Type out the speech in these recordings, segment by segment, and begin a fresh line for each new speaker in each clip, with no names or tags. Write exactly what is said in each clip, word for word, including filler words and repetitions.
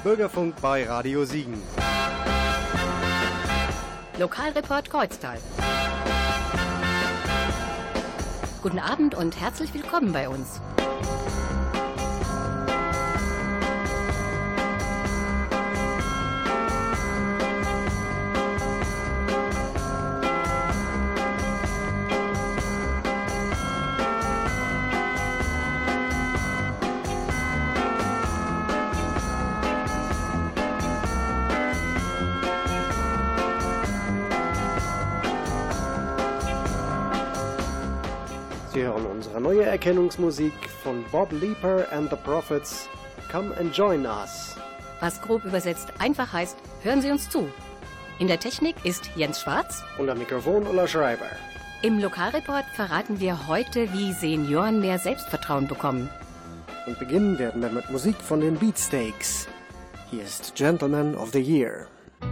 Bürgerfunk bei Radio Siegen.
Lokalreport Kreuztal. Guten Abend und herzlich willkommen bei uns.
Sie hören unsere neue Erkennungsmusik von Bob Leeper and the Prophets, Come and Join Us.
Was grob übersetzt einfach heißt, hören Sie uns zu. In der Technik ist Jens Schwarz.
Und am Mikrofon Ulla Schreiber.
Im Lokalreport verraten wir heute, wie Senioren mehr Selbstvertrauen bekommen.
Und beginnen werden wir mit Musik von den Beatsteaks. Hier ist Gentleman of the Year.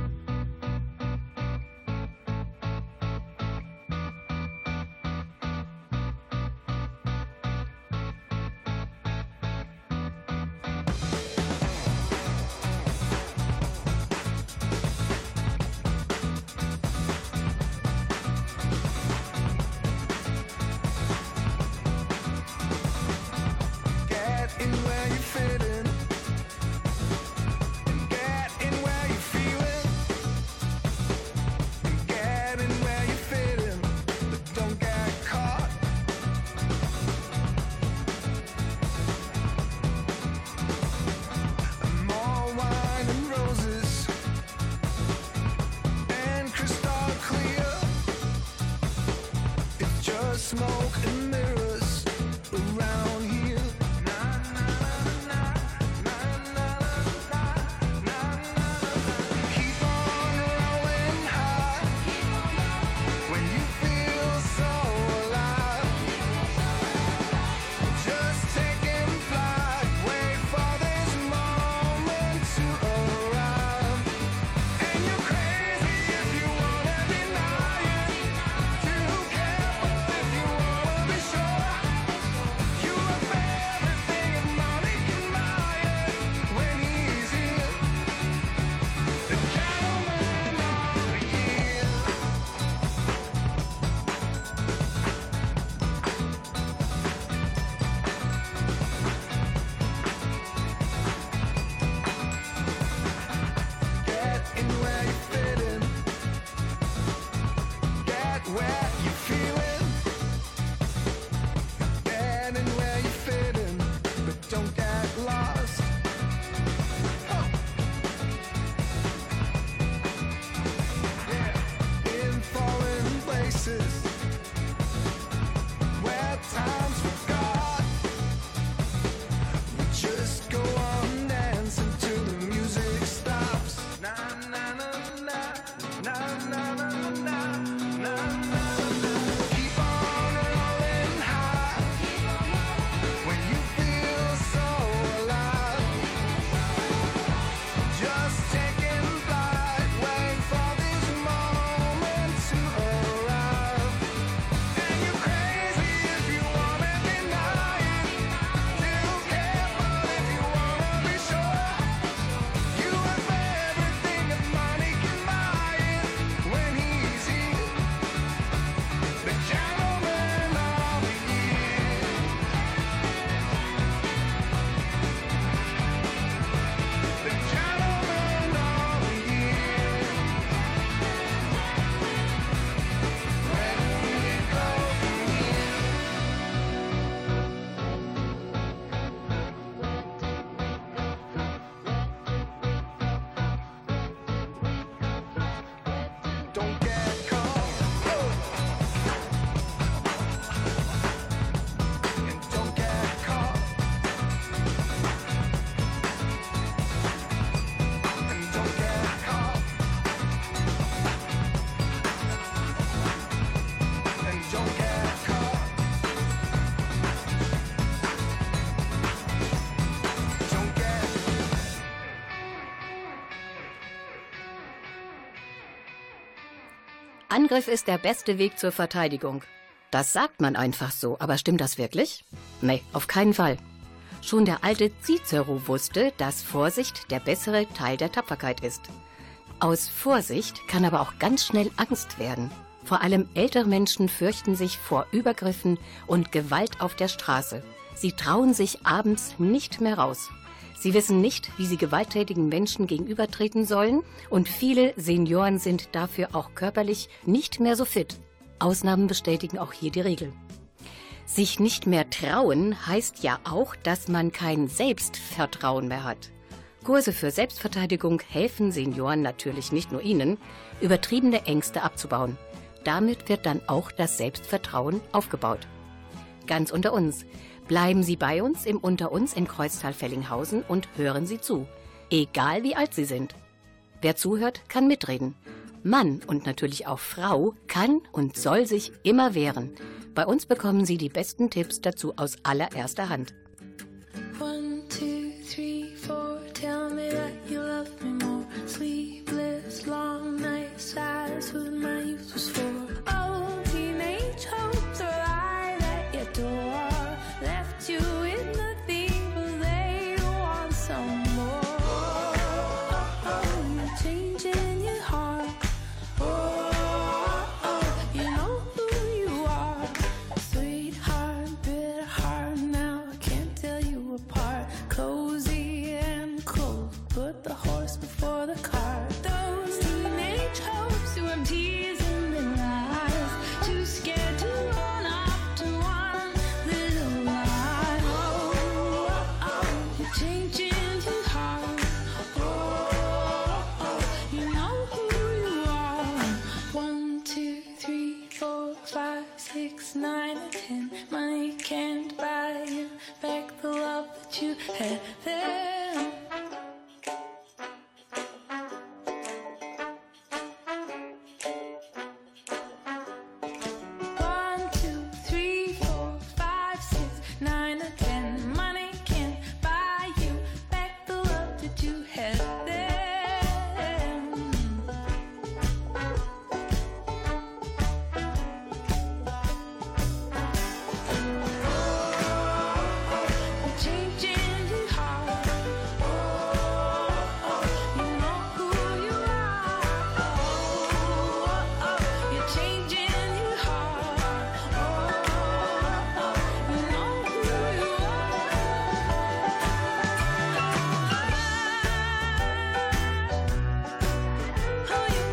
Smoke and mirrors around here. Na, na, na, na, na, na, na, na. Keep on rolling high when you feel so alive. Just taking flight, wait for this moment to arrive. And you're crazy if you wanna deny it. Too careful if you wanna be sure. You have everything and money can buy it when he's here. The gentleman of the year. Get in where you fit in. Get where you feel it. Get in where you fit in, but don't get lost. Oh. Yeah. In foreign places where time's forgot, we just go on dancing till the music stops. Na na na na na na na na na na. Keep on rolling high when you feel so alive. Just taking flight, wait for this moment to arrive. And you're crazy if you wanna deny it. Too careful if you wanna be sure. You have everything that money can buy it when he's here. The gentleman of the year. The gentleman of the year. Where do we go from here? Don't get caught. And don't get caught. And don't get caught. And don't get caught. Don't get
Angriff ist der beste Weg zur Verteidigung. Das sagt man einfach so, aber stimmt das wirklich? Nee, auf keinen Fall. Schon der alte Cicero wusste, dass Vorsicht der bessere Teil der Tapferkeit ist. Aus Vorsicht kann aber auch ganz schnell Angst werden. Vor allem ältere Menschen fürchten sich vor Übergriffen und Gewalt auf der Straße. Sie trauen sich abends nicht mehr raus. Sie wissen nicht, wie sie gewalttätigen Menschen gegenübertreten sollen, und viele Senioren sind dafür auch körperlich nicht mehr so fit. Ausnahmen bestätigen auch hier die Regel. Sich nicht mehr trauen heißt ja auch, dass man kein Selbstvertrauen mehr hat. Kurse für Selbstverteidigung helfen Senioren natürlich nicht nur ihnen, übertriebene Ängste abzubauen. Damit wird dann auch das Selbstvertrauen aufgebaut. Ganz unter uns. Bleiben Sie bei uns im Unter uns in Kreuztal-Fellinghausen und hören Sie zu. Egal wie alt Sie sind. Wer zuhört, kann mitreden. Mann und natürlich auch Frau kann und soll sich immer wehren. Bei uns bekommen Sie die besten Tipps dazu aus allererster Hand.
One, two, three, four, tell me that you love me more. Sleepless, long nights, that's what my youth was for. Oh, teenage hopes are right at your door. Left you with nothing, but they want some more. Oh, oh, you're changing your heart. Oh, oh, you know who you are. Sweetheart, bitter heart, now I can't tell you apart. Cozy and cold, put the horse before the cart. Those teenage hopes who have tears in their eyes, too scared to run up to one little lie. Oh, oh, oh, you're changing your heart. Oh, oh, you know who you are. One, two, three, four, five, six, nine, and ten. Money can't buy you back the love that you had then. One, two, three, four, five, six, nine, and ten. Money can't buy you back the love that you had then. You're changing your heart. Oh, oh, you know who you are. Oh, oh, you're changing your heart. Oh, oh, you know who you are. Who you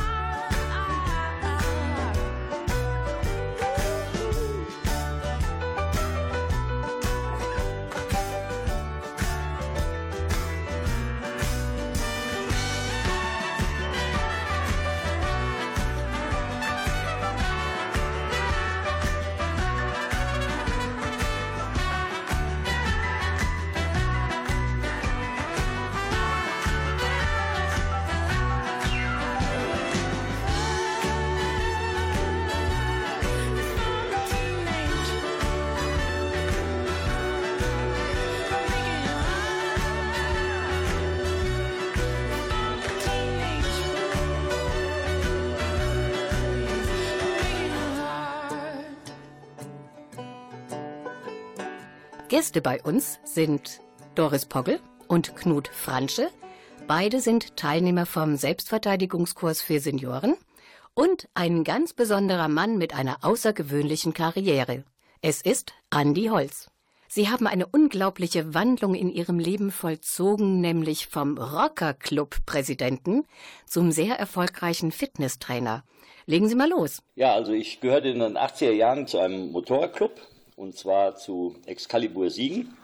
Gäste bei uns sind Doris Pogge und Knut Fransche. Beide sind Teilnehmer vom Selbstverteidigungskurs für Senioren und ein ganz besonderer Mann mit einer außergewöhnlichen Karriere. Es ist Andi Holz. Sie haben eine unglaubliche Wandlung in ihrem Leben vollzogen, nämlich vom Rockerclub-Präsidenten zum sehr erfolgreichen Fitnesstrainer. Legen Sie mal los.
Ja, also ich gehörte in den achtziger Jahren zu einem Motorradclub, und zwar zu Excalibur Siegen.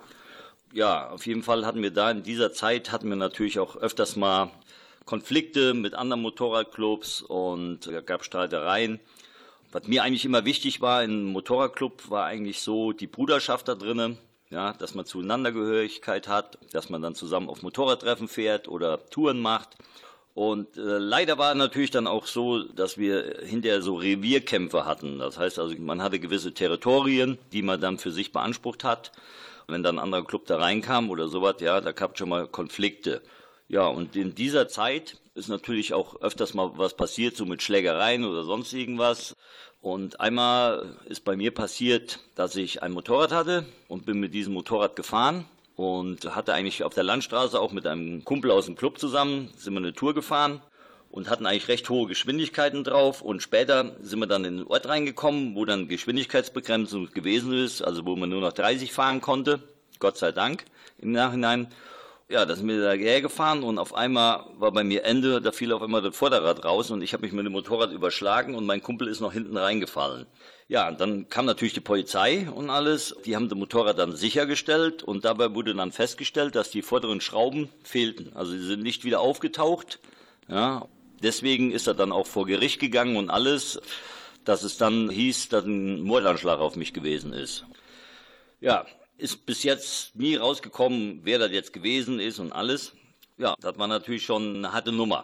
Ja, auf jeden Fall hatten wir da in dieser Zeit, hatten wir natürlich auch öfters mal Konflikte mit anderen Motorradclubs und es gab Streitereien. Was mir eigentlich immer wichtig war im Motorradclub, war eigentlich so die Bruderschaft da drinnen, ja, dass man Zueinandergehörigkeit hat, dass man dann zusammen auf Motorradtreffen fährt oder Touren macht. Und äh, leider war natürlich dann auch so, dass wir hinterher so Revierkämpfe hatten. Das heißt also, man hatte gewisse Territorien, die man dann für sich beansprucht hat. Und wenn dann ein anderer Club da reinkam oder sowas, ja, da gab es schon mal Konflikte. Ja, und in dieser Zeit ist natürlich auch öfters mal was passiert, so mit Schlägereien oder sonst irgendwas. Und einmal ist bei mir passiert, dass ich ein Motorrad hatte und bin mit diesem Motorrad gefahren. und hatte eigentlich auf der Landstraße auch mit einem Kumpel aus dem Club zusammen, sind wir eine Tour gefahren und hatten eigentlich recht hohe Geschwindigkeiten drauf. Und später sind wir dann in den Ort reingekommen, wo dann Geschwindigkeitsbegrenzung gewesen ist, also wo man nur noch dreißig fahren konnte, Gott sei Dank im Nachhinein. Ja, da sind wir da hergefahren und auf einmal war bei mir Ende, da fiel auf einmal das Vorderrad raus und ich habe mich mit dem Motorrad überschlagen und mein Kumpel ist noch hinten reingefallen. Ja, und dann kam natürlich die Polizei und alles, die haben das Motorrad dann sichergestellt und dabei wurde dann festgestellt, dass die vorderen Schrauben fehlten. Also sie sind nicht wieder aufgetaucht. Ja, deswegen ist er dann auch vor Gericht gegangen und alles, dass es dann hieß, dass ein Mordanschlag auf mich gewesen ist. Ja, ist bis jetzt nie rausgekommen, wer das jetzt gewesen ist und alles. Ja, das war natürlich schon eine harte Nummer.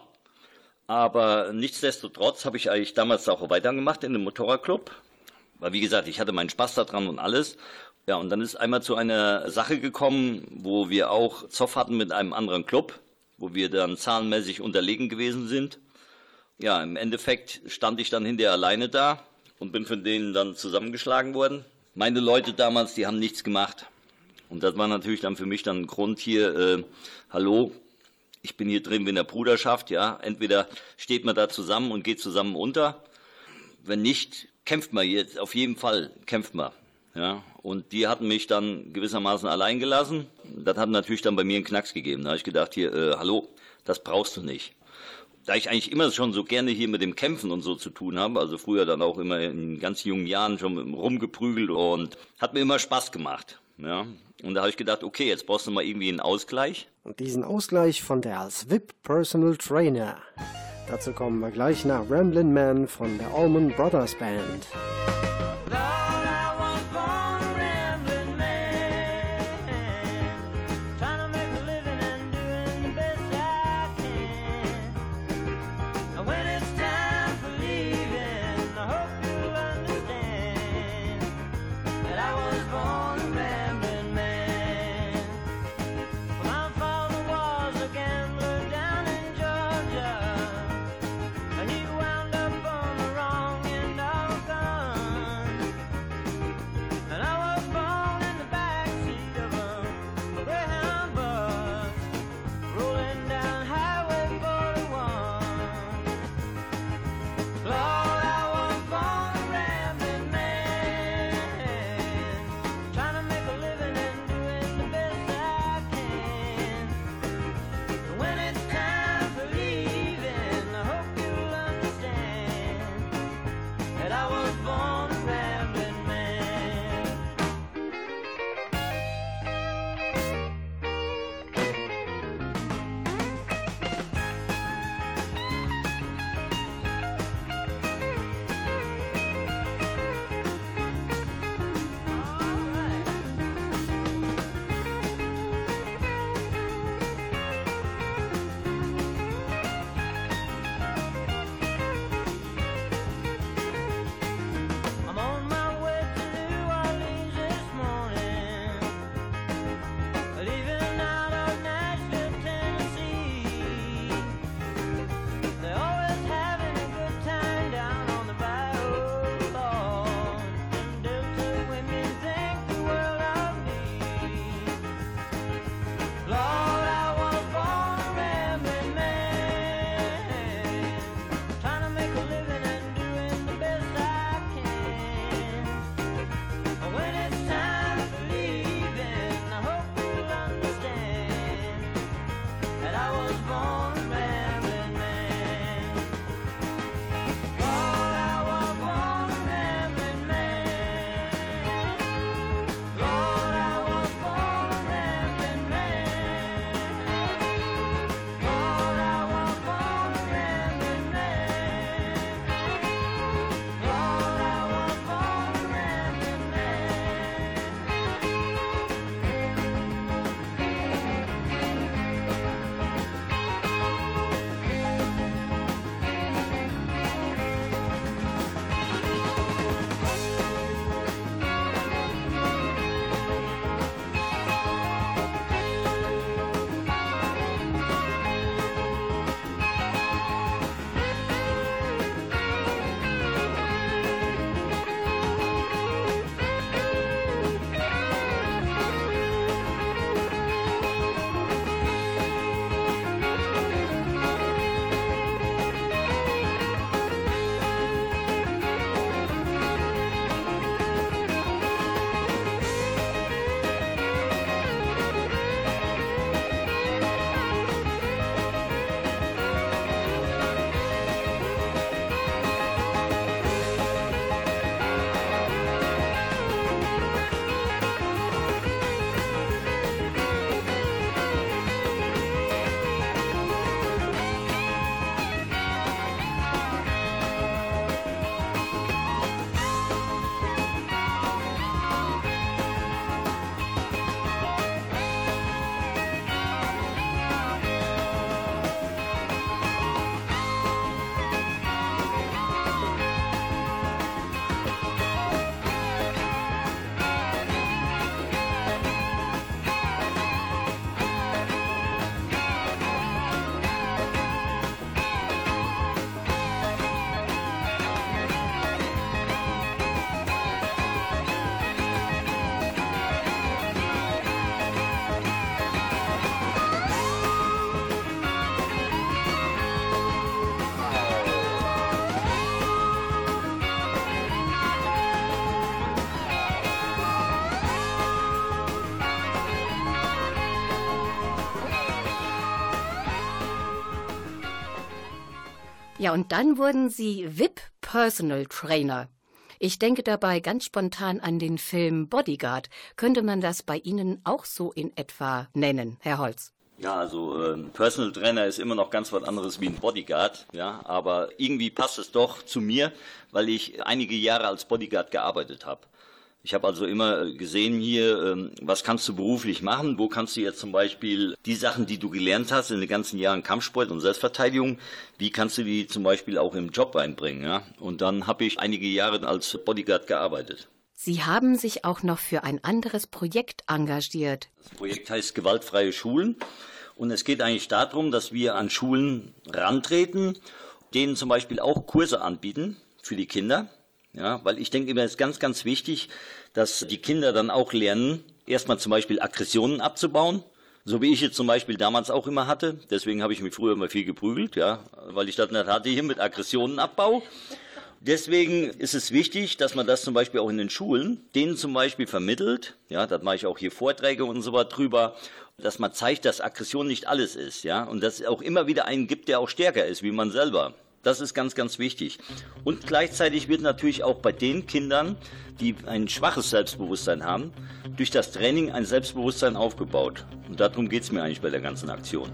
Aber nichtsdestotrotz habe ich eigentlich damals auch weitergemacht in dem Motorradclub. Weil wie gesagt, ich hatte meinen Spaß daran und alles. Ja, und dann ist einmal zu einer Sache gekommen, wo wir auch Zoff hatten mit einem anderen Club, wo wir dann zahlenmäßig unterlegen gewesen sind. Ja, im Endeffekt stand ich dann hinterher alleine da und bin von denen dann zusammengeschlagen worden. Meine Leute damals, die haben nichts gemacht. Und das war natürlich dann für mich dann ein Grund hier, äh, hallo, ich bin hier drin wie in der Bruderschaft, ja. Entweder steht man da zusammen und geht zusammen unter. Wenn nicht, kämpft man jetzt, auf jeden Fall kämpft man. Ja. Und die hatten mich dann gewissermaßen allein gelassen. Das hat natürlich dann bei mir einen Knacks gegeben. Da habe ich gedacht, hier, äh, hallo, das brauchst du nicht. Da ich eigentlich immer schon so gerne hier mit dem Kämpfen und so zu tun habe, also früher dann auch immer in ganz jungen Jahren schon rumgeprügelt und hat mir immer Spaß gemacht. Ja. Und da habe ich gedacht, okay, jetzt brauchst du mal irgendwie einen Ausgleich.
Und diesen Ausgleich fand er als V I P Personal Trainer. Dazu kommen wir gleich nach Ramblin' Man von der Allman Brothers Band.
He wound up on the wrong end of a gun.
Ja, und dann wurden Sie V I P Personal Trainer. Ich denke dabei ganz spontan an den Film Bodyguard. Könnte man das bei Ihnen auch so in etwa nennen, Herr Holz?
Ja, also ein äh, Personal Trainer ist immer noch ganz was anderes wie ein Bodyguard, ja, aber irgendwie passt es doch zu mir, weil ich einige Jahre als Bodyguard gearbeitet habe. Ich habe also immer gesehen hier, ähm, was kannst du beruflich machen, wo kannst du jetzt zum Beispiel die Sachen, die du gelernt hast in den ganzen Jahren Kampfsport und Selbstverteidigung, wie kannst du die zum Beispiel auch im Job einbringen, ja? Und dann habe ich einige Jahre als Bodyguard gearbeitet.
Sie haben sich auch noch für ein anderes Projekt engagiert.
Das Projekt heißt Gewaltfreie Schulen und es geht eigentlich darum, dass wir an Schulen rantreten, denen zum Beispiel auch Kurse anbieten für die Kinder. Ja, weil ich denke immer, es ist ganz, ganz wichtig, dass die Kinder dann auch lernen, erstmal zum Beispiel Aggressionen abzubauen, so wie ich jetzt zum Beispiel damals auch immer hatte. Deswegen habe ich mich früher immer viel geprügelt, ja, weil ich das nicht hatte hier mit Aggressionenabbau. Deswegen ist es wichtig, dass man das zum Beispiel auch in den Schulen, denen zum Beispiel vermittelt, ja, das mache ich auch hier Vorträge und so was drüber, dass man zeigt, dass Aggression nicht alles ist, ja, und dass es auch immer wieder einen gibt, der auch stärker ist, wie man selber. Das ist ganz, ganz wichtig. Und gleichzeitig wird natürlich auch bei den Kindern, die ein schwaches Selbstbewusstsein haben, durch das Training ein Selbstbewusstsein aufgebaut. Und darum geht es mir eigentlich bei der ganzen Aktion.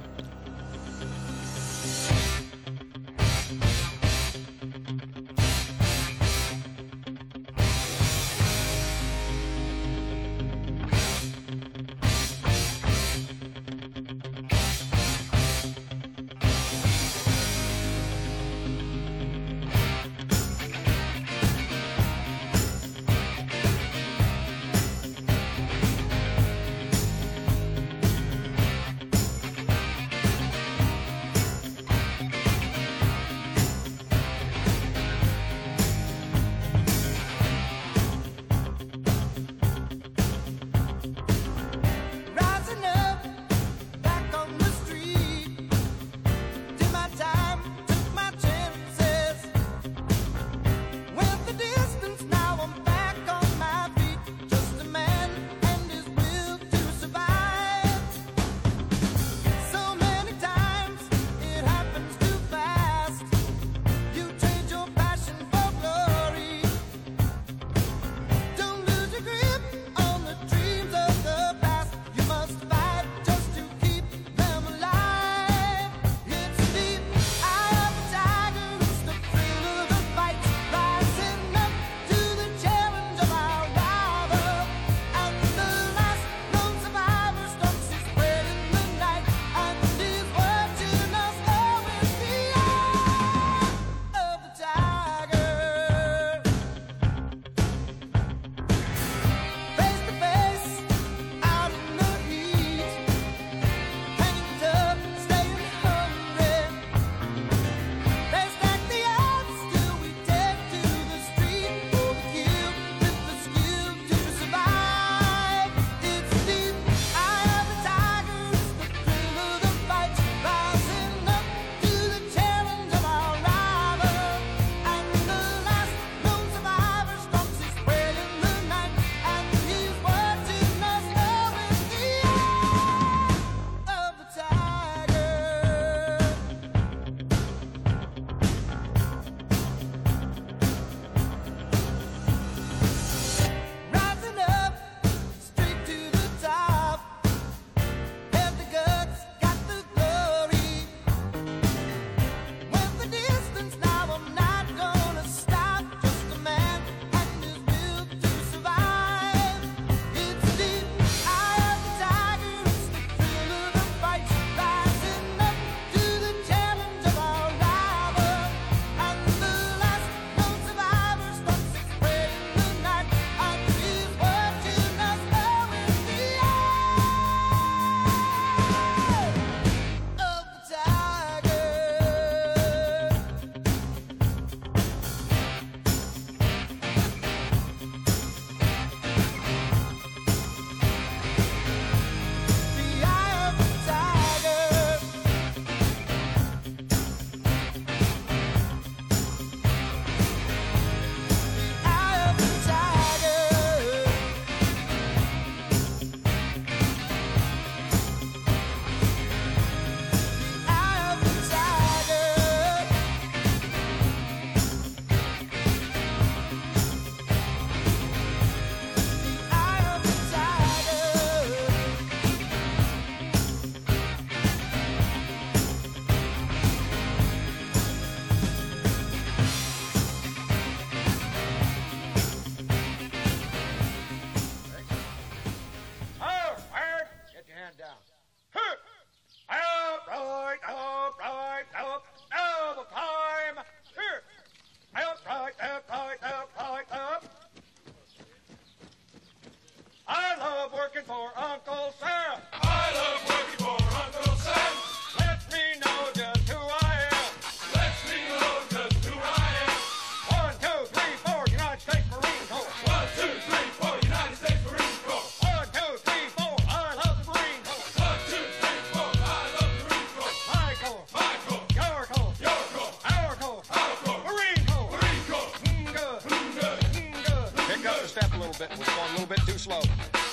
and down. Huh. Up, right, up, right, up, double time. Huh. Up, right, up, right, up, right, up. I love working for Uncle Sam. I love working for Uncle Sam. Lets me know just who I am. Lets me know just who I am. One, two, three, four, United States Marine Corps. One, two, three, four, United States Marine Corps. One, two, three, four, I love the Marine Corps. One, two, three, four, I love the Marine Corps. My Corps, my Corps, your Corps, your Corps, our Corps, our Corps, Marine Corps, Marine Corps. Mm, good, mm, good, mm, good. Pick up the step a little bit. We're going a little bit too slow.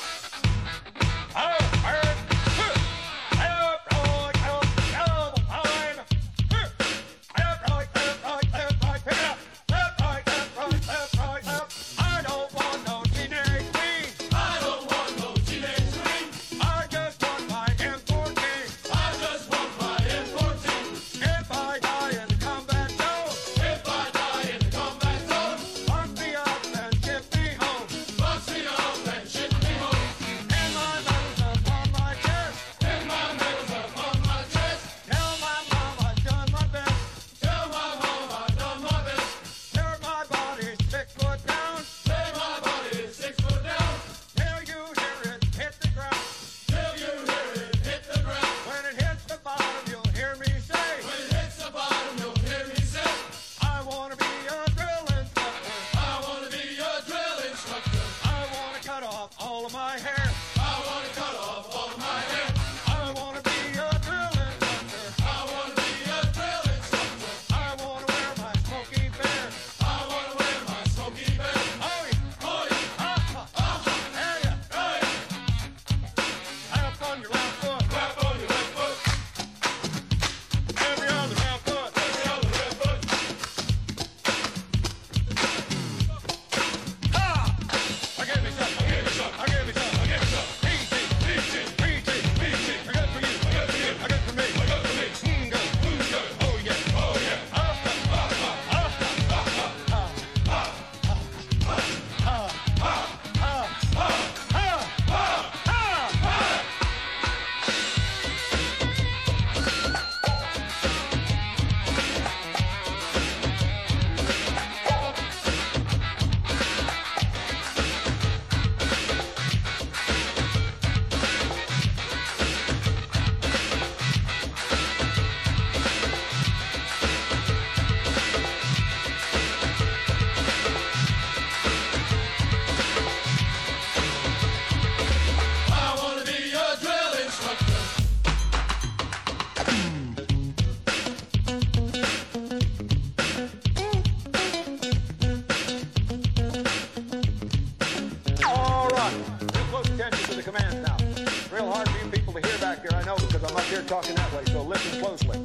Talking that way, so listen closely.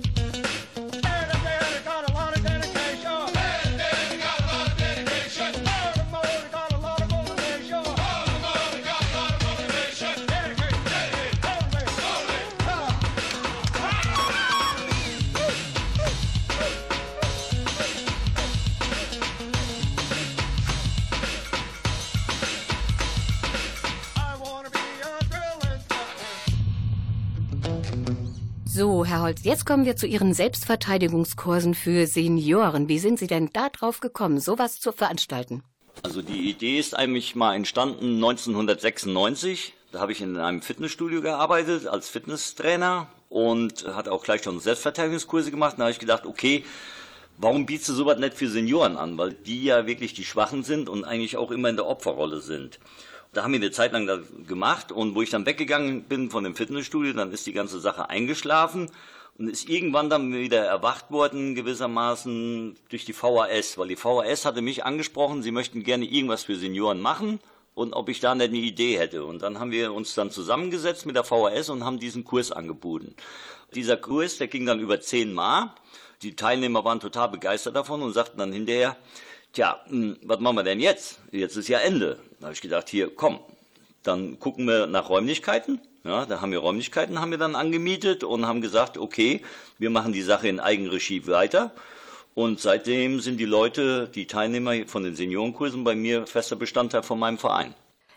So, Herr Holz, jetzt kommen wir zu Ihren Selbstverteidigungskursen für Senioren. Wie sind Sie denn da drauf gekommen, sowas zu veranstalten?
Also die Idee ist eigentlich mal entstanden neunzehnhundertsechsundneunzig. Da habe ich in einem Fitnessstudio gearbeitet als Fitnesstrainer und hatte auch gleich schon Selbstverteidigungskurse gemacht. Da habe ich gedacht, okay, warum bietest du sowas nicht für Senioren an? Weil die ja wirklich die Schwachen sind und eigentlich auch immer in der Opferrolle sind. Da haben wir eine Zeit lang das gemacht und wo ich dann weggegangen bin von dem Fitnessstudio, dann ist die ganze Sache eingeschlafen und ist irgendwann dann wieder erwacht worden, gewissermaßen durch die V H S, weil die V H S hatte mich angesprochen, sie möchten gerne irgendwas für Senioren machen und ob ich da nicht eine Idee hätte. Und dann haben wir uns dann zusammengesetzt mit der V H S und haben diesen Kurs angeboten. Dieser Kurs, der ging dann über zehn Mal. Die Teilnehmer waren total begeistert davon und sagten dann hinterher, tja, mh, was machen wir denn jetzt? Jetzt ist ja Ende. Da habe ich gedacht, hier, komm, dann gucken wir nach Räumlichkeiten. Ja, da haben wir Räumlichkeiten, haben wir dann angemietet und haben gesagt, okay, wir machen die Sache in Eigenregie weiter. Und seitdem sind die Leute, die Teilnehmer von den Seniorenkursen bei mir fester Bestandteil von meinem Verein.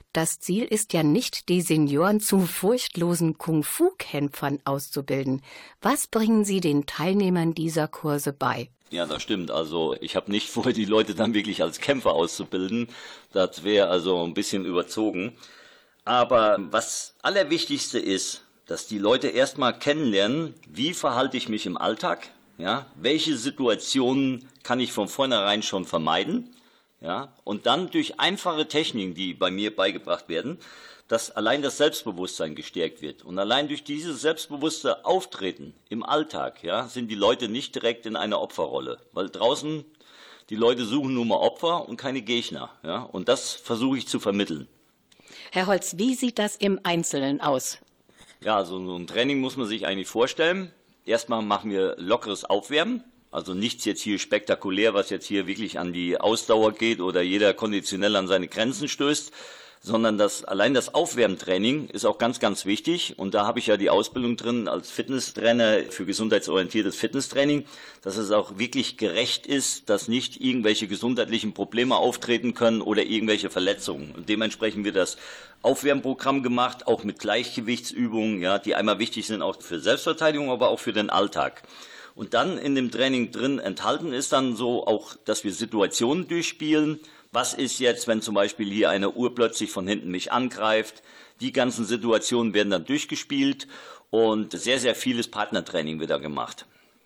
Das Ziel ist ja nicht, die Senioren zu furchtlosen Kung-Fu-Kämpfern auszubilden. Was bringen Sie den Teilnehmern dieser Kurse bei?
Ja, das stimmt. Also ich habe nicht vor, die Leute dann wirklich als Kämpfer auszubilden. Das wäre also ein bisschen überzogen. Aber was Allerwichtigste ist, dass die Leute erstmal kennenlernen, wie verhalte ich mich im Alltag, ja, welche Situationen kann ich von vornherein schon vermeiden, ja, und dann durch einfache Techniken, die bei mir beigebracht werden, dass allein das Selbstbewusstsein gestärkt wird. Und allein durch dieses selbstbewusste Auftreten im Alltag, ja, sind die Leute nicht direkt in einer Opferrolle, weil draußen die Leute suchen nur mal Opfer und keine Gegner, ja, und das versuche ich zu vermitteln.
Herr Holz, wie sieht das im Einzelnen aus?
Ja, also so ein Training muss man sich eigentlich vorstellen. Erstmal machen wir lockeres Aufwärmen, also nichts jetzt hier spektakulär, was jetzt hier wirklich an die Ausdauer geht oder jeder konditionell an seine Grenzen stößt, sondern das, allein das Aufwärmtraining ist auch ganz, ganz wichtig. Und da habe ich ja die Ausbildung drin als Fitnesstrainer für gesundheitsorientiertes Fitnesstraining, dass es auch wirklich gerecht ist, dass nicht irgendwelche gesundheitlichen Probleme auftreten können oder irgendwelche Verletzungen. Und dementsprechend wird das Aufwärmprogramm gemacht, auch mit Gleichgewichtsübungen, ja, die einmal wichtig sind auch für Selbstverteidigung, aber auch für den Alltag. Und dann in dem Training drin enthalten ist dann so auch, dass wir Situationen durchspielen. Was ist jetzt, wenn zum Beispiel hier eine Uhr plötzlich von hinten mich angreift? Die ganzen Situationen werden dann durchgespielt und sehr, sehr vieles Partnertraining wird da gemacht.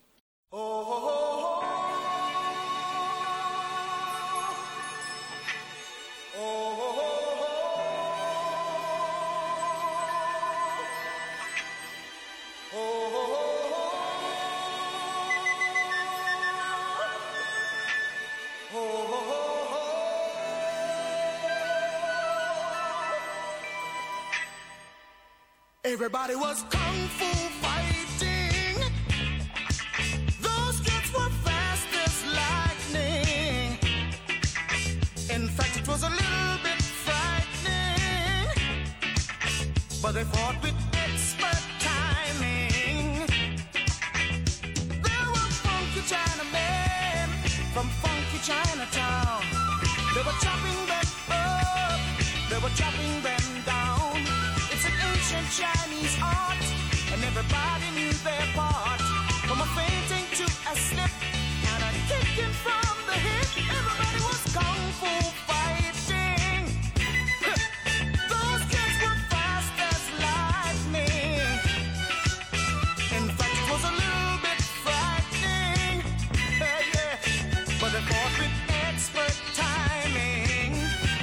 Everybody was kung fu fighting. Those kids were fast as lightning. In fact, it was a little bit frightening, but they fought with expert timing. There were funky Chinamen from funky Chinatown. They were chopping them up, they were chopping them down. It's an ancient Chinese art, and everybody knew their part. From a fainting to a slip, and a kicking from the hip. Everybody was kung fu fighting. Those kids were fast as lightning. In fact, it was a little bit frightening. Yeah, yeah. But they fought with expert timing.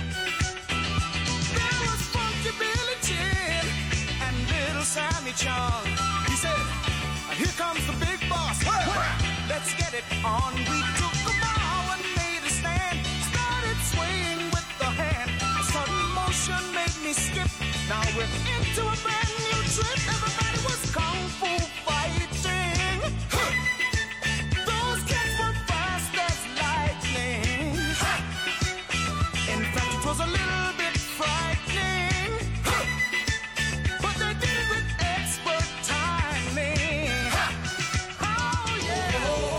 There was funky Billy Chin and little Sammy Chung. He said, "Here comes the big boss. Let's get it on." We took a bow and made a stand. Started swaying with the hand. A sudden motion made me skip. Now we're into a brand new trip. Everybody was kung fu fighting. Those kids were fast as lightning. In fact, it was a little bit frightening, but they did it with expert timing. Oh yeah.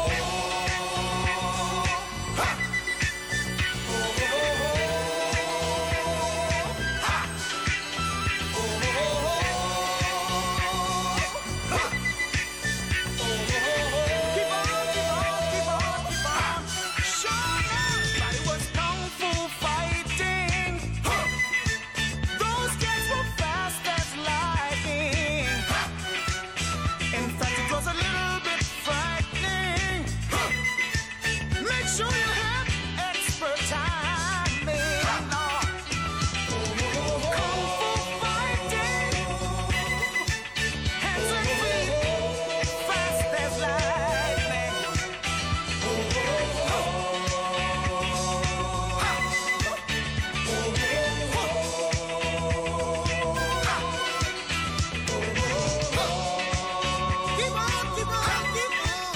Keep on, keep on, keep on, keep on. Sure, everybody was kung fu fighting. Those kids were fast as lightning. In fact, it was a little bit frightening. Make sure you have expert timing. Kung fu fighting. Hands and feet, fast as lightning. Keep on, keep on, keep on.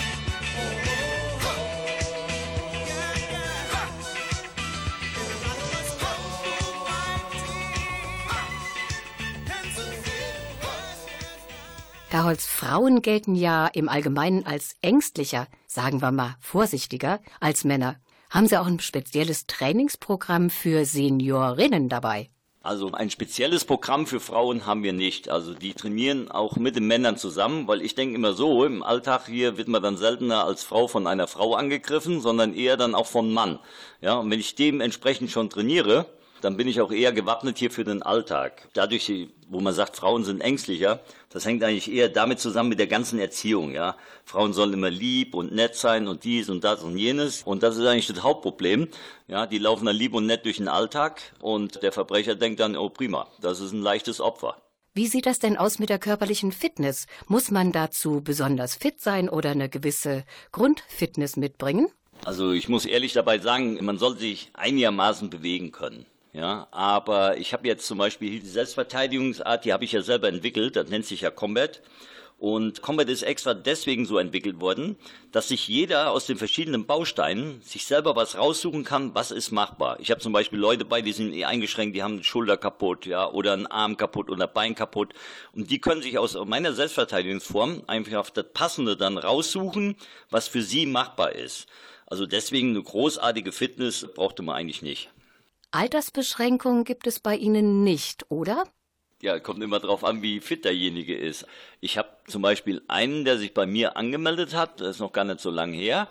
Yeah, yeah. Everybody was kung fu fighting. Hands and feet, fast as
Herr Holz, Frauen gelten ja im Allgemeinen als ängstlicher, sagen wir mal vorsichtiger, als Männer. Haben Sie auch ein spezielles Trainingsprogramm für Seniorinnen dabei?
Also ein spezielles Programm für Frauen haben wir nicht. Also die trainieren auch mit den Männern zusammen, weil ich denke immer so, im Alltag hier wird man dann seltener als Frau von einer Frau angegriffen, sondern eher dann auch vom Mann. Ja, und wenn ich dementsprechend schon trainiere, dann bin ich auch eher gewappnet hier für den Alltag. Dadurch, wo man sagt, Frauen sind ängstlicher, das hängt eigentlich eher damit zusammen mit der ganzen Erziehung. Ja, Frauen sollen immer lieb und nett sein und dies und das und jenes. Und das ist eigentlich das Hauptproblem. Ja, die laufen dann lieb und nett durch den Alltag und der Verbrecher denkt dann, oh prima, das ist ein leichtes Opfer.
Wie sieht das denn aus mit der körperlichen Fitness? Muss man dazu besonders fit sein oder eine gewisse Grundfitness mitbringen?
Also ich muss ehrlich dabei sagen, man soll sich einigermaßen bewegen können. Ja, aber ich habe jetzt zum Beispiel die Selbstverteidigungsart, die habe ich ja selber entwickelt, das nennt sich ja Combat. Und Combat ist extra deswegen so entwickelt worden, dass sich jeder aus den verschiedenen Bausteinen sich selber was raussuchen kann, was ist machbar. Ich habe zum Beispiel Leute bei, die sind eh eingeschränkt, die haben eine Schulter kaputt, ja, oder einen Arm kaputt oder ein Bein kaputt. Und die können sich aus meiner Selbstverteidigungsform einfach das Passende dann raussuchen, was für sie machbar ist. Also deswegen eine großartige Fitness brauchte man eigentlich nicht.
Altersbeschränkungen gibt es bei Ihnen nicht, oder?
Ja, kommt immer drauf an, wie fit derjenige ist. Ich habe zum Beispiel einen, der sich bei mir angemeldet hat, das ist noch gar nicht so lange her,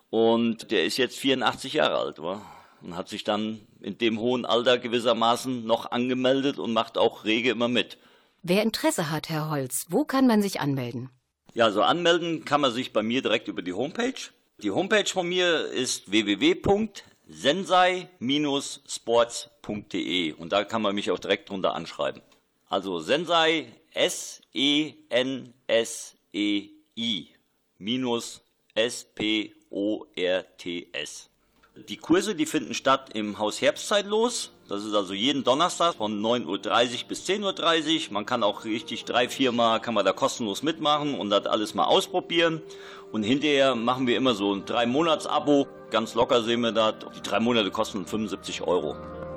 und der ist jetzt vierundachtzig Jahre alt, wa? Und hat sich dann in dem hohen Alter gewissermaßen noch angemeldet und macht auch rege immer mit.
Wer Interesse hat, Herr Holz, wo kann man sich anmelden?
Ja, so anmelden kann man sich bei mir direkt über die Homepage. Die Homepage von mir ist w w w punkt sensei Bindestrich sports punkt d e und da kann man mich auch direkt drunter anschreiben. Also Sensei, S E N S E I, minus S P O R T S. Die Kurse, die finden statt im Haus Herbstzeit los. Das ist also jeden Donnerstag von neun Uhr dreißig bis zehn Uhr dreißig. Man kann auch richtig drei, vier Mal kann man da kostenlos mitmachen und das alles mal ausprobieren. Und hinterher machen wir immer so ein drei Monats Abo. Ganz locker sehen wir das. Die drei Monate kosten fünfundsiebzig Euro.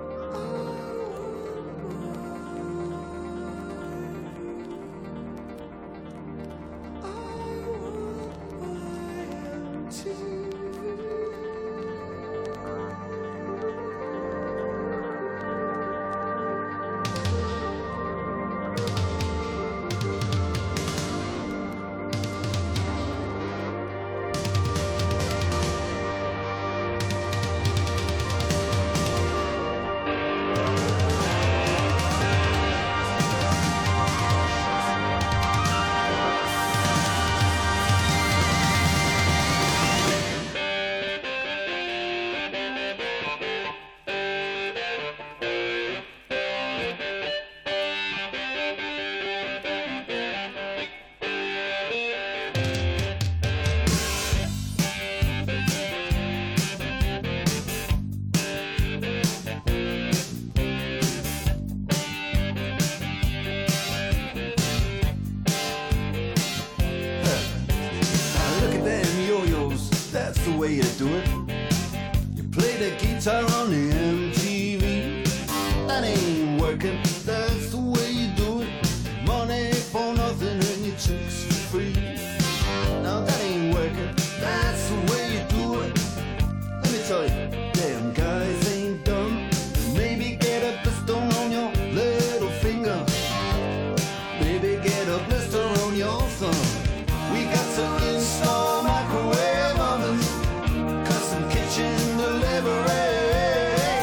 the way you do it. You play the guitar on the M T V. That ain't working, that's the way you do it. Money for nothing and your chicks for free. Now that ain't working, that's the way you do it. Let me tell you, damn guys ain't dumb. Maybe get a blister on your little finger. Maybe get a blister on your thumb. We got to install microwave ovens, custom kitchen delivery.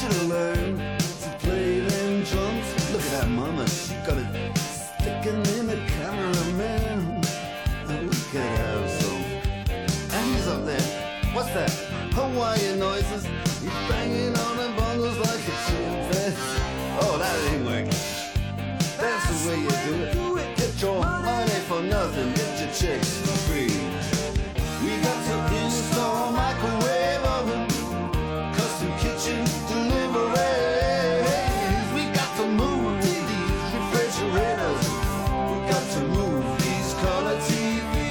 to learn to play them drums. Look at that mama, she got it sticking in the cameraman. Oh, we could have some. And he's up there. What's that? Hawaiian noises. He's banging on the bongos like a chimpanzee. Oh, that ain't working. That's the way you do it. Get your money for nothing. Get your chicks for free. We got to install microwave oven, custom kitchen deliveries. We got to move these refrigerators. We got to move these color T Vs.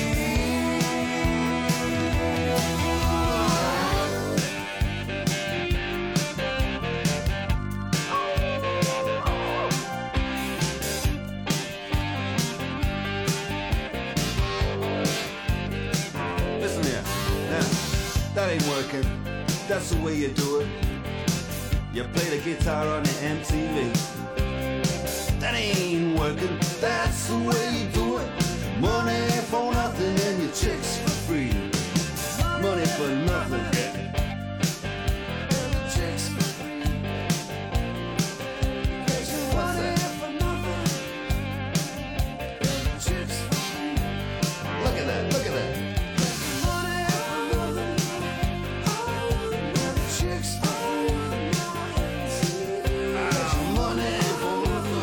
Listen here, now, that ain't working. That's the way you do it. You play the guitar on the M T V. That ain't working. That's the way you do it. Money for nothing and your chicks for free. Money for nothing. Chicks for free. What's that? Chicks for free. Look at that, look at that. Money for nothing. Chicks for free. Money for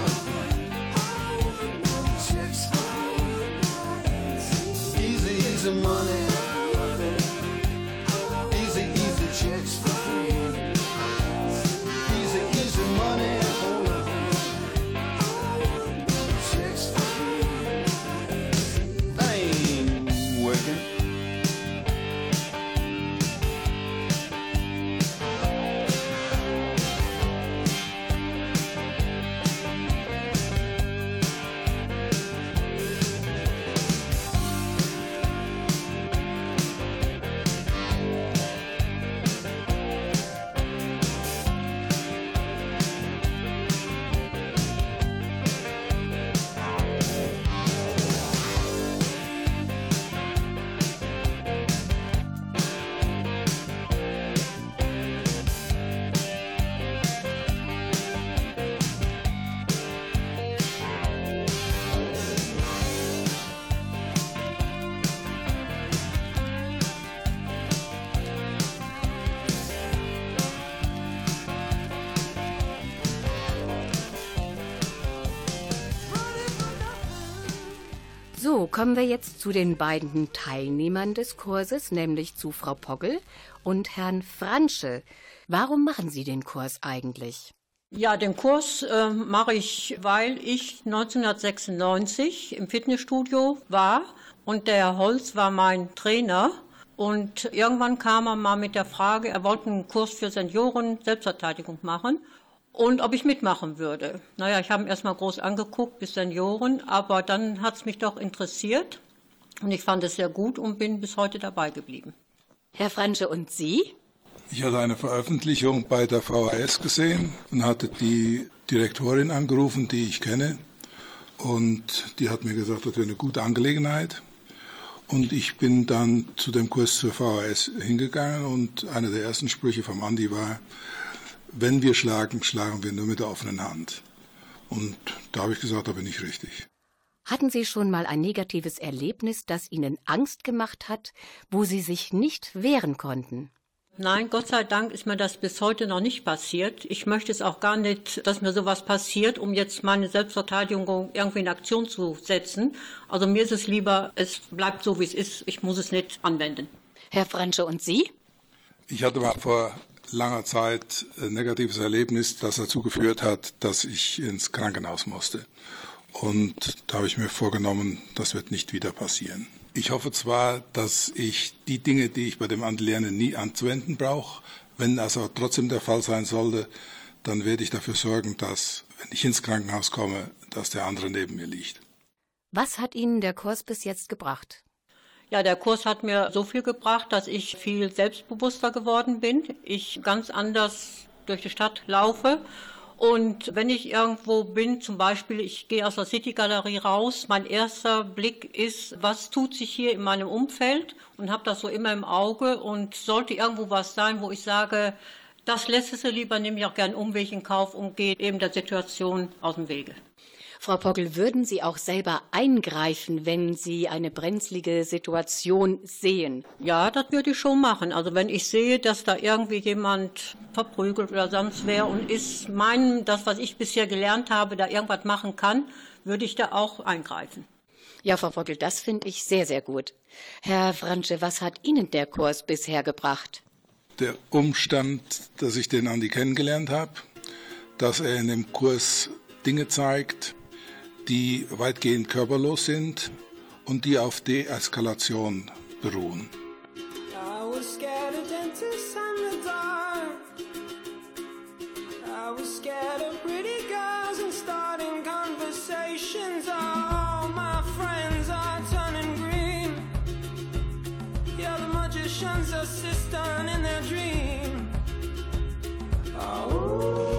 nothing. Chicks for free. Easy, easy money. Easy, easy chicks for free. Easy, easy money for nothing. Chicks for free. That ain't working.
So, kommen wir jetzt zu den beiden Teilnehmern des Kurses, nämlich zu Frau Poggel und Herrn Fransche. Warum machen Sie den Kurs eigentlich?
Ja, den Kurs äh, mache ich, weil ich neunzehnhundertsechsundneunzig im Fitnessstudio war und der Herr Holz war mein Trainer. Und irgendwann kam er mal mit der Frage, er wollte einen Kurs für Senioren Selbstverteidigung machen und ob ich mitmachen würde. Naja, ich habe ihn erstmal groß angeguckt bis Senioren, aber dann hat es mich doch interessiert und ich fand es sehr gut und bin bis heute dabei geblieben.
Herr Fransche, und Sie?
Ich hatte eine Veröffentlichung bei der V H S gesehen und hatte die Direktorin angerufen, die ich kenne. Und die hat mir gesagt, das wäre eine gute Angelegenheit. Und ich bin dann zu dem Kurs zur V H S hingegangen und einer der ersten Sprüche vom Andi war, wenn wir schlagen, schlagen wir nur mit der offenen Hand. Und da habe ich gesagt, da bin ich richtig.
Hatten Sie schon mal ein negatives Erlebnis, das Ihnen Angst gemacht hat, wo Sie sich nicht wehren konnten?
Nein, Gott sei Dank ist mir das bis heute noch nicht passiert. Ich möchte es auch gar nicht, dass mir sowas passiert, um jetzt meine Selbstverteidigung irgendwie in Aktion zu setzen. Also mir ist es lieber, es bleibt so, wie es ist. Ich muss es nicht anwenden.
Herr Fransche, und Sie?
Ich hatte mal vor langer Zeit ein negatives Erlebnis, das dazu geführt hat, dass ich ins Krankenhaus musste. Und da habe ich mir vorgenommen, das wird nicht wieder passieren. Ich hoffe zwar, dass ich die Dinge, die ich bei dem Andi lerne, nie anzuwenden brauche. Wenn das aber trotzdem der Fall sein sollte, dann werde ich dafür sorgen, dass, wenn ich ins Krankenhaus komme, dass der andere neben mir liegt.
Was hat Ihnen der Kurs bis jetzt gebracht?
Ja, der Kurs hat mir so viel gebracht, dass ich viel selbstbewusster geworden bin. Ich ganz anders durch die Stadt laufe. Und wenn ich irgendwo bin, zum Beispiel, ich gehe aus der City-Galerie raus, mein erster Blick ist, was tut sich hier in meinem Umfeld und habe das so immer im Auge und sollte irgendwo was sein, wo ich sage, Das lässt sie lieber, nehme ich auch gern Umweg in Kauf und geht eben der Situation aus dem Wege.
Frau Pogel, würden Sie auch selber eingreifen, wenn Sie eine brenzlige Situation sehen?
Ja, das würde ich schon machen. Also wenn ich sehe, dass da irgendwie jemand verprügelt oder sonst wer und ist meinem, das, was ich bisher gelernt habe, da irgendwas machen kann, würde ich da auch eingreifen.
Ja, Frau Pogel, das finde ich sehr, sehr gut. Herr Fransche, was hat Ihnen der Kurs bisher gebracht?
Der Umstand, dass ich den Andi kennengelernt habe, dass er in dem Kurs Dinge zeigt, die weitgehend körperlos sind und die auf Deeskalation beruhen.
I was scared of dentists and the dark. I was scared of pretty girls and starting conversations. All my friends are turning green. Yeah, the magician's assistant in their dream. Oh.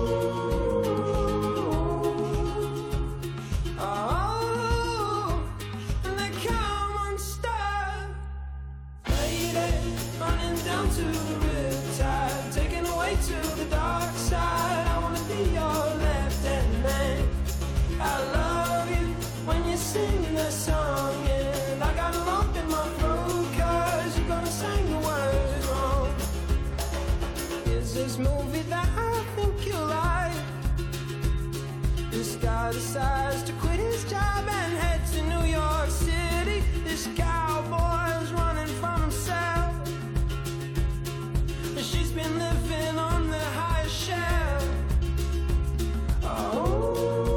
To the riptide, taken away to the dark side. I wanna be your left-hand man. I love you when you're singing that song, and I got a lump in my throat 'cause you're gonna sing the words wrong. Is this movie that I think you like? This guy decides to quit his job and head to New York City. This cowboy's running from himself. She's been living on the highest shelf. Oh,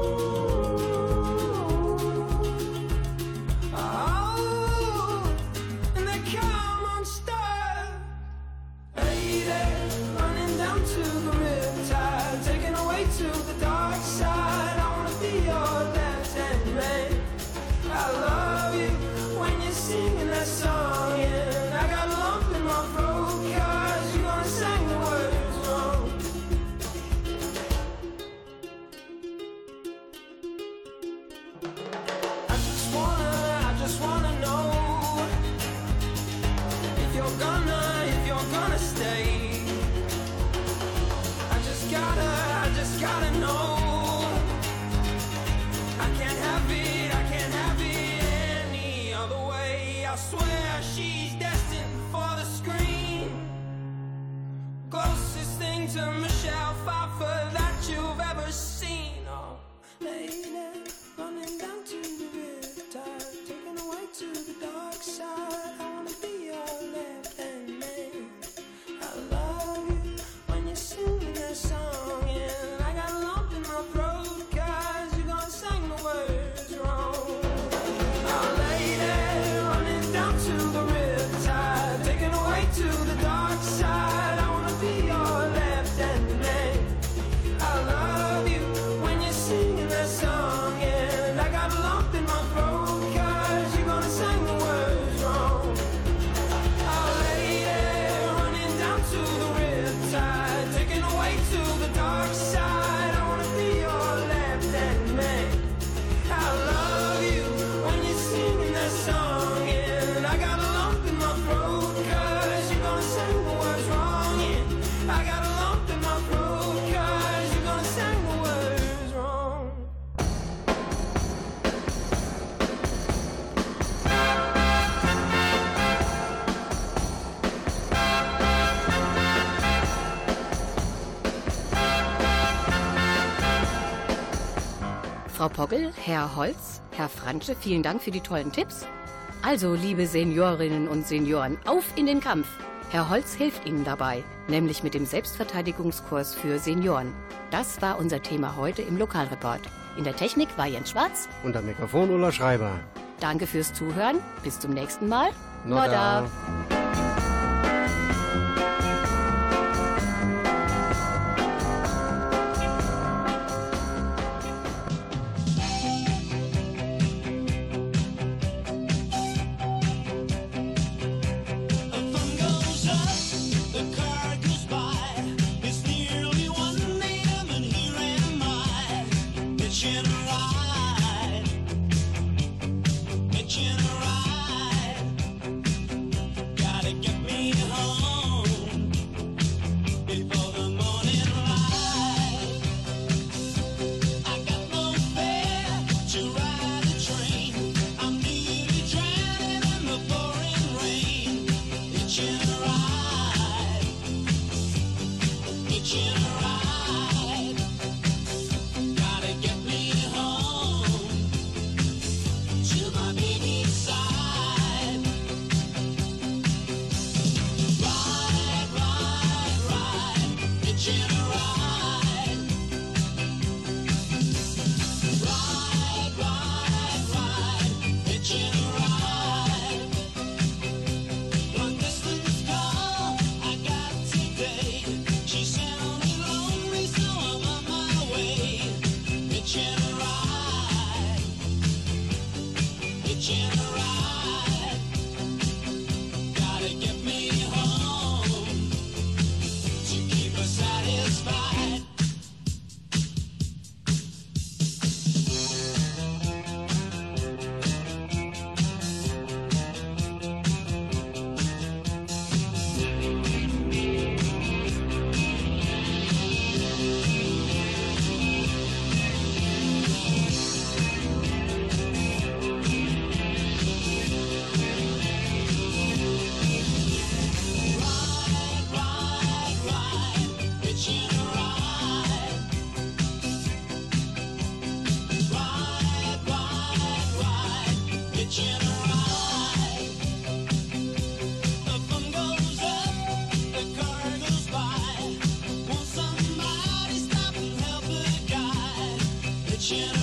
oh, and they come unstuck. Lady, running down to the riptide, taken away to the dark side. I wanna be your left-hand man. I love you when you're singing that song, and I got a lump in my throat 'cause you gonna sing the words wrong. I just wanna, I just wanna know if you're gonna, if you're gonna stay. I just gotta, I just gotta know. I can't have it, I can't have it any other way. I swear she's destined for the screen. Closest thing to Michelle Pfeiffer that you've ever seen. Oh, lady, running down to the riptide, taken away to the dark side. I wanna be your left-hand man. I love you when you're singing that song, and I got a lump in my throat 'cause you're gonna sing the words wrong. Oh, lady, running down to the riptide, taken away to the dark side. I wanna be your left-hand man. I love you when you're singing that song, and I got a lump in my throat 'cause you're gonna sing the words wrong. Oh, lady, running down to the riptide, taken away to the dark side. I wanna be your left-hand man. I love you when you're singing that song, and I got a lump in my throat 'cause you're gonna sing the words wrong. Yeah, I got a lump in my throat 'cause you're gonna sing the words wrong.
Frau Pogel, Herr Holz, Herr Fransche, vielen Dank für die tollen Tipps. Also, liebe Seniorinnen und Senioren, auf in den Kampf. Herr Holz hilft Ihnen dabei, nämlich mit dem Selbstverteidigungskurs für Senioren. Das war unser Thema heute im Lokalreport. In der Technik war Jens Schwarz.
Und am Mikrofon Ulla Schreiber.
Danke fürs Zuhören. Bis zum nächsten Mal.
Nodda.
Nodda.
Got kitchen